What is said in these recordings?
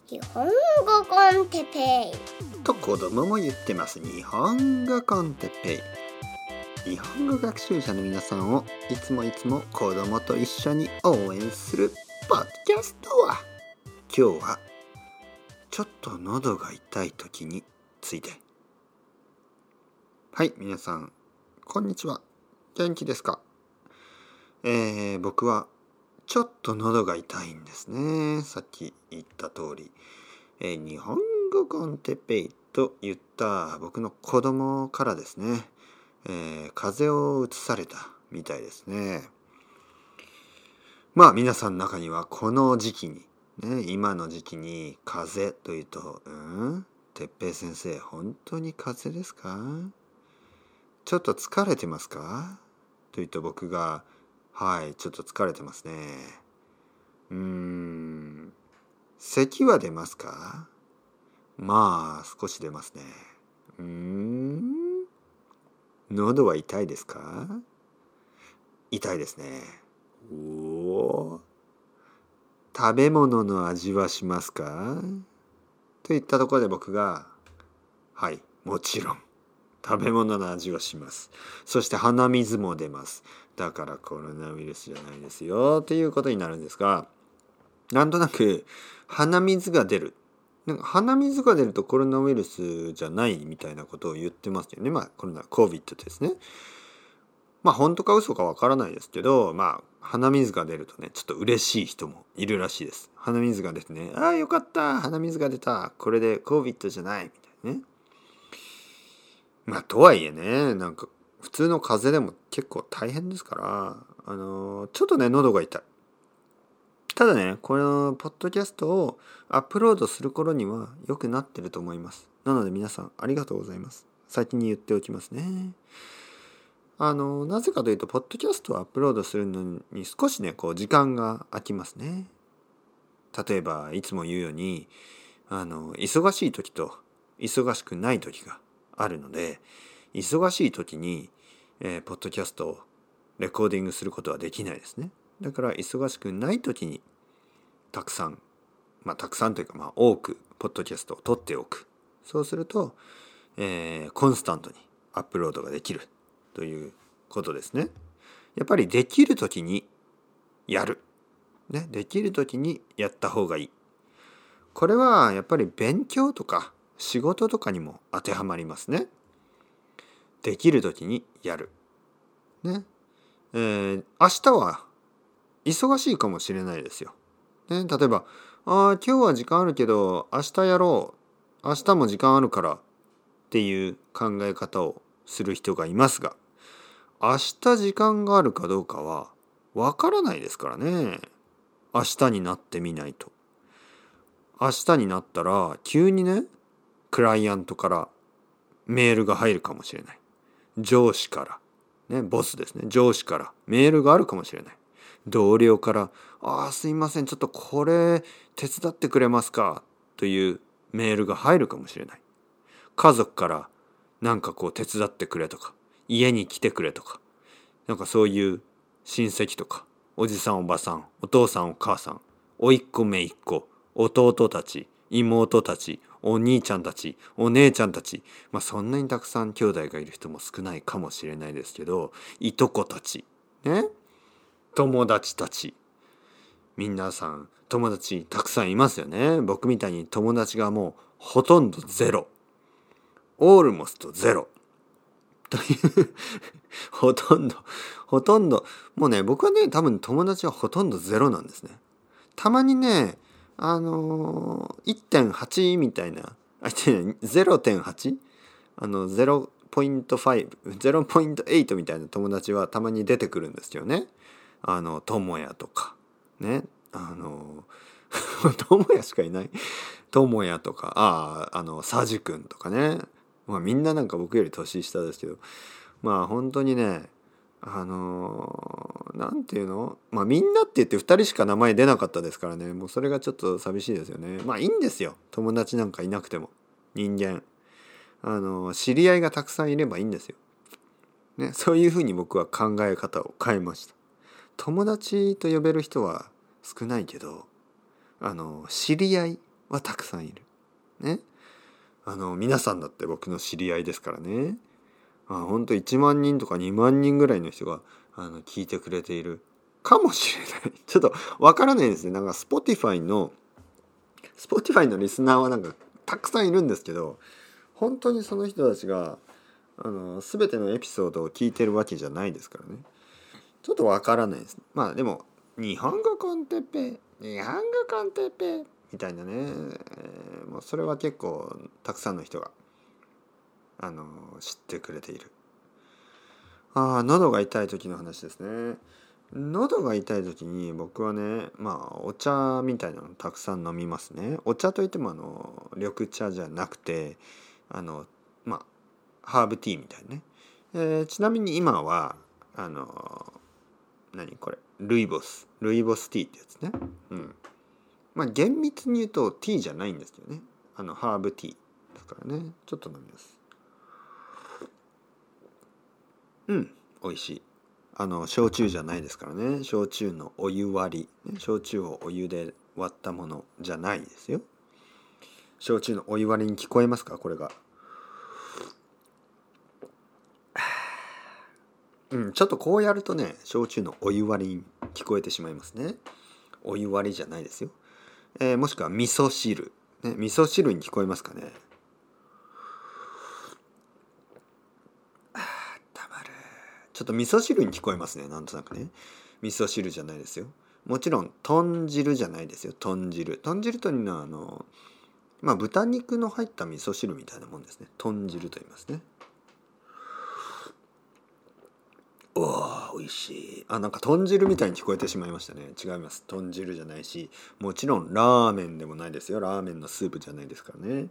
日本語コンテペイと子供も言ってます。日本語コンテペイ。日本語学習者の皆さんをいつも子供と一緒に応援するポッドキャストは、今日はちょっと喉が痛い時について。はい、皆さんこんにちは。元気ですか？僕はちょっと喉が痛いんですね。さっき言った通り、日本語コンテペイと言った僕の子供からですね、風邪をうつされたみたいですね。まあ皆さんの中にはこの時期に、今の時期に風邪というと、てっぺい先生本当に風邪ですか？ちょっと疲れてますか？と言うと僕が、はい、ちょっと疲れてますね。咳は出ますか？まあ少し出ますね。喉は痛いですか？痛いですね。食べ物の味はしますか？といったところで僕が、はい、もちろん食べ物の味はします。そして鼻水も出ます。だからコロナウイルスじゃないですよということになるんですが、なんとなく鼻水が出る。鼻水が出るとコロナウイルスじゃないみたいなことを言ってますよね。コロナ、COVID ですね。本当か嘘かわからないですけど、鼻水が出るとね、ちょっと嬉しい人もいるらしいです。鼻水が出てね、ああよかった、鼻水が出た、これで COVID じゃないみたいなね。とはいえね、普通の風邪でも結構大変ですから、ちょっとね、喉が痛い。ただね、このポッドキャストをアップロードする頃には良くなってると思います。なので皆さんありがとうございます。先に言っておきますね。なぜかというと、ポッドキャストをアップロードするのに少しね、時間が空きますね。例えば、いつも言うように、忙しい時と忙しくない時があるので、忙しい時に、ポッドキャストをレコーディングすることはできないですね。だから、忙しくない時に、たくさんというか、多くポッドキャストを撮っておく。そうすると、コンスタントにアップロードができるということですね。やっぱりできるときにやる。できるときにやった方がいい。これはやっぱり勉強とか仕事とかにも当てはまりますね。できるときにやる。明日は忙しいかもしれないですよ。例えば、今日は時間あるけど明日やろう。明日も時間あるからっていう考え方をする人がいますが、明日時間があるかどうかはわからないですからね。明日になってみないと。明日になったら急にね、クライアントからメールが入るかもしれない。上司から、ボスですね。上司からメールがあるかもしれない。同僚から、すいません、ちょっとこれ手伝ってくれますかというメールが入るかもしれない。家族から手伝ってくれとか、家に来てくれとか、そういう親戚とか、おじさんおばさん、お父さんお母さん、おいっ子めいっ子、弟たち、妹たち、お兄ちゃんたち、お姉ちゃんたち、そんなにたくさん兄弟がいる人も少ないかもしれないですけど、いとこたち、友達たち、皆さん友達たくさんいますよね。僕みたいに友達がもうほとんどゼロ、オールモストゼロというほとんどもうね、僕はね、多分友達はほとんどゼロなんですね。たまにね、1.8 みたいな、0.8? 0.5 0.8 みたいな友達はたまに出てくるんですよね。友也とかね、友也しかいない。友也とか、佐治くんとかね。みんな僕より年下ですけど、本当にね、なんていうの、みんなって言って2人しか名前出なかったですからね。もうそれがちょっと寂しいですよね。いいんですよ、友達なんかいなくても。人間知り合いがたくさんいればいいんですよ、そういうふうに僕は考え方を変えました。友達と呼べる人は少ないけど、知り合いはたくさんいるね。皆さんだって僕の知り合いですからね。ほんと1万人とか2万人ぐらいの人が聞いてくれているかもしれない。ちょっとわからないですね。なんかSpotify のリスナーはなんかたくさんいるんですけど、本当にその人たちが全てのエピソードを聞いてるわけじゃないですからね。ちょっとわからないです。まあでも日本語コンテッペみたいなね、もうそれは結構たくさんの人が知ってくれている。喉が痛い時の話ですね。喉が痛い時に僕はね、お茶みたいなのたくさん飲みますね。お茶といっても緑茶じゃなくてハーブティーみたいなね。ちなみに今は何これルイボスティーってやつね。厳密に言うとティーじゃないんですけどね。ハーブティーだからね。ちょっと飲みます。美味しい。焼酎じゃないですからね。焼酎のお湯割り、焼酎をお湯で割ったものじゃないですよ。焼酎のお湯割りに聞こえますか、これが。ちょっとこうやるとね、焼酎のお湯割りに聞こえてしまいますね。お湯割りじゃないですよ。もしくは味噌汁、ね、味噌汁に聞こえますかね。たまる。ちょっと味噌汁に聞こえますね。なんとなくね。味噌汁じゃないですよ。もちろん豚汁じゃないですよ。豚汁というのは豚肉の入った味噌汁みたいなもんですね。豚汁と言いますね。美味しい。なんか豚汁みたいに聞こえてしまいましたね。違います。豚汁じゃないし、もちろんラーメンでもないですよ。ラーメンのスープじゃないですからね。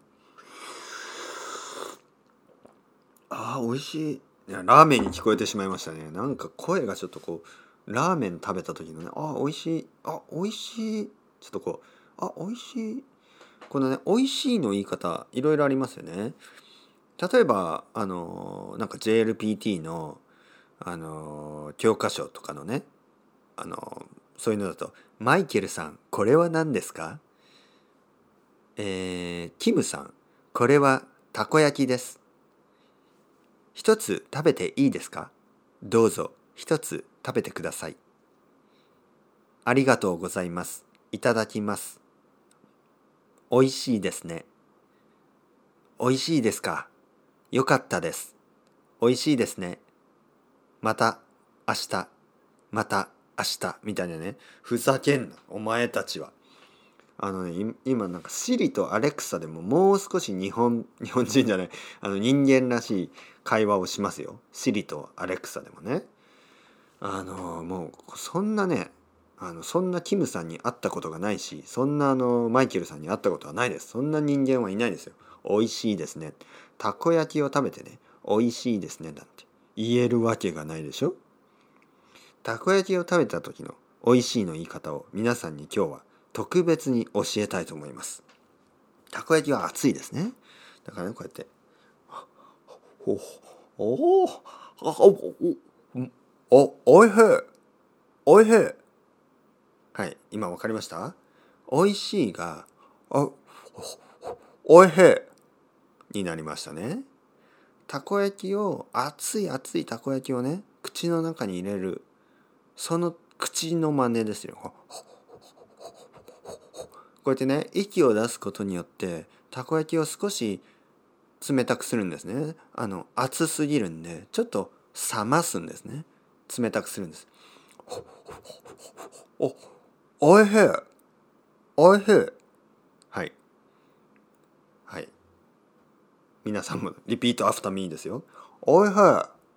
美味しい。いや、ラーメンに聞こえてしまいましたね。なんか声がちょっとこうラーメン食べた時のね、美味しい。美味しい。ちょっとこう、美味しい。このね、美味しいの言い方いろいろありますよね。例えばなんか JLPT の教科書とかのね、そういうのだとマイケルさんこれは何ですか、キムさんこれはたこ焼きです、一つ食べていいですか、どうぞ一つ食べてください、ありがとうございます、いただきます、おいしいですね、おいしいですか、よかったです、おいしいですね、また明日、また明日みたいなね。ふざけんなお前たちは。今なんかシリとアレクサでももう少し日本人じゃない人間らしい会話をしますよ。シリとアレクサでもね。もうそんなね、そんなキムさんに会ったことがないし、そんなマイケルさんに会ったことはないです。そんな人間はいないですよ。おいしいですね、たこ焼きを食べてね、おいしいですねなんて言えるわけがないでしょ。たこ焼きを食べた時の美味しいの言い方を皆さんに今日は特別に教えたいと思います。たこ焼きは熱いですね。だからね、こうやっておいしい、おいしい。はい、今わかりました？おいしいがおいしいになりましたね。たこ焼きを、熱いたこ焼きをね、口の中に入れる、その口の真似ですよ。こうやってね、息を出すことによってたこ焼きを少し冷たくするんですね。熱すぎるんでちょっと冷ますんですね。冷たくするんです。おいしい、おいしい。はいはい、皆さんもリピートアフターミーですよ。おいしい、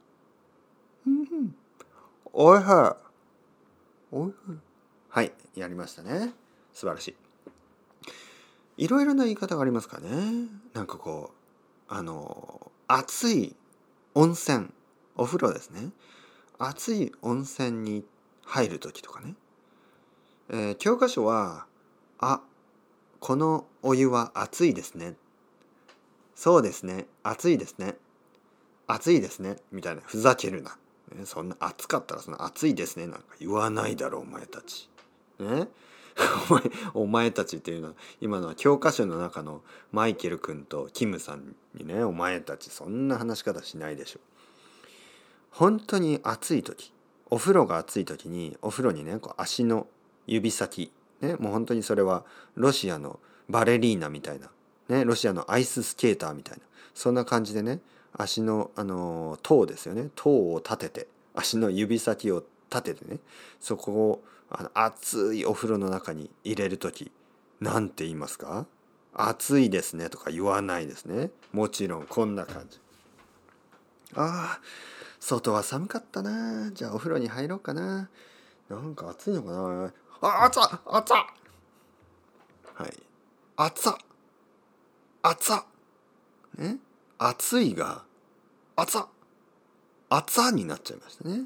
おいしい、おいしい。はい、やりましたね。素晴らしい。いろいろな言い方がありますからね。なんかこう熱い温泉、お風呂ですね。熱い温泉に入る時とかね、教科書はこのお湯は熱いですね、そうですね、熱いですね、熱いですねみたいな、ふざけるな、そんな熱かったらその熱いですねなんか言わないだろうお前たちね。 お前たちっていうのは今のは教科書の中のマイケル君とキムさんにね、お前たちそんな話し方しないでしょ。本当に暑い時、お風呂が暑い時にお風呂にねこう足の指先ね、もう本当にそれはロシアのバレリーナみたいなね、ロシアのアイススケーターみたいなそんな感じでね、足のtoeですよね、toeを立てて足の指先を立ててね、そこを熱いお風呂の中に入れる時なんて言いますか？暑いですねとか言わないですね。もちろんこんな感じ。ああ、外は寒かったな。じゃあお風呂に入ろうかな。なんか暑いのかな。あ、暑っ暑っ。はい。暑っ暑っ。ね。暑いが暑っ暑っになっちゃいましたね。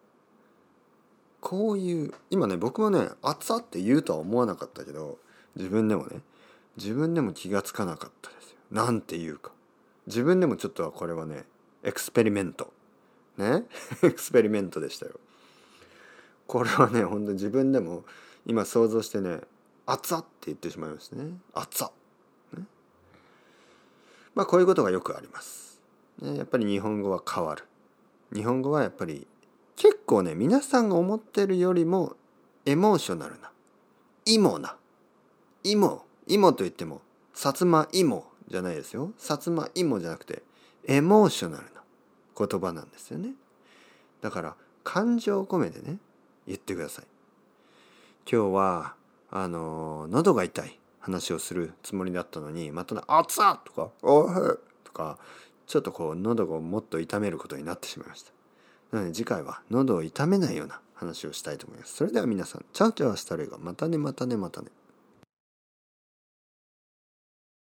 こういう今ね、僕もね暑っって言うとは思わなかったけど、自分でも気がつかなかったですよ。なんていうか。自分でもちょっとはこれはねエクスペリメントねエクスペリメントでしたよ。これはね本当に自分でも今想像してね、熱っって言ってしまいましたね。熱っ、ね、まあこういうことがよくあります、ね、やっぱり日本語は変わる。日本語はやっぱり結構ね、皆さんが思ってるよりもエモーショナルな、イモと言っても薩摩芋じゃないですよ。薩摩芋じゃなくてエモーショナルな言葉なんですよね。だから感情を込めてね言ってください。今日は喉が痛い話をするつもりだったのに、またね熱っとかおいとかちょっとこう喉をもっと痛めることになってしまいました。なので次回は喉を痛めないような話をしたいと思います。それでは皆さん、チャオチャオしたれがまたねまたねまたね。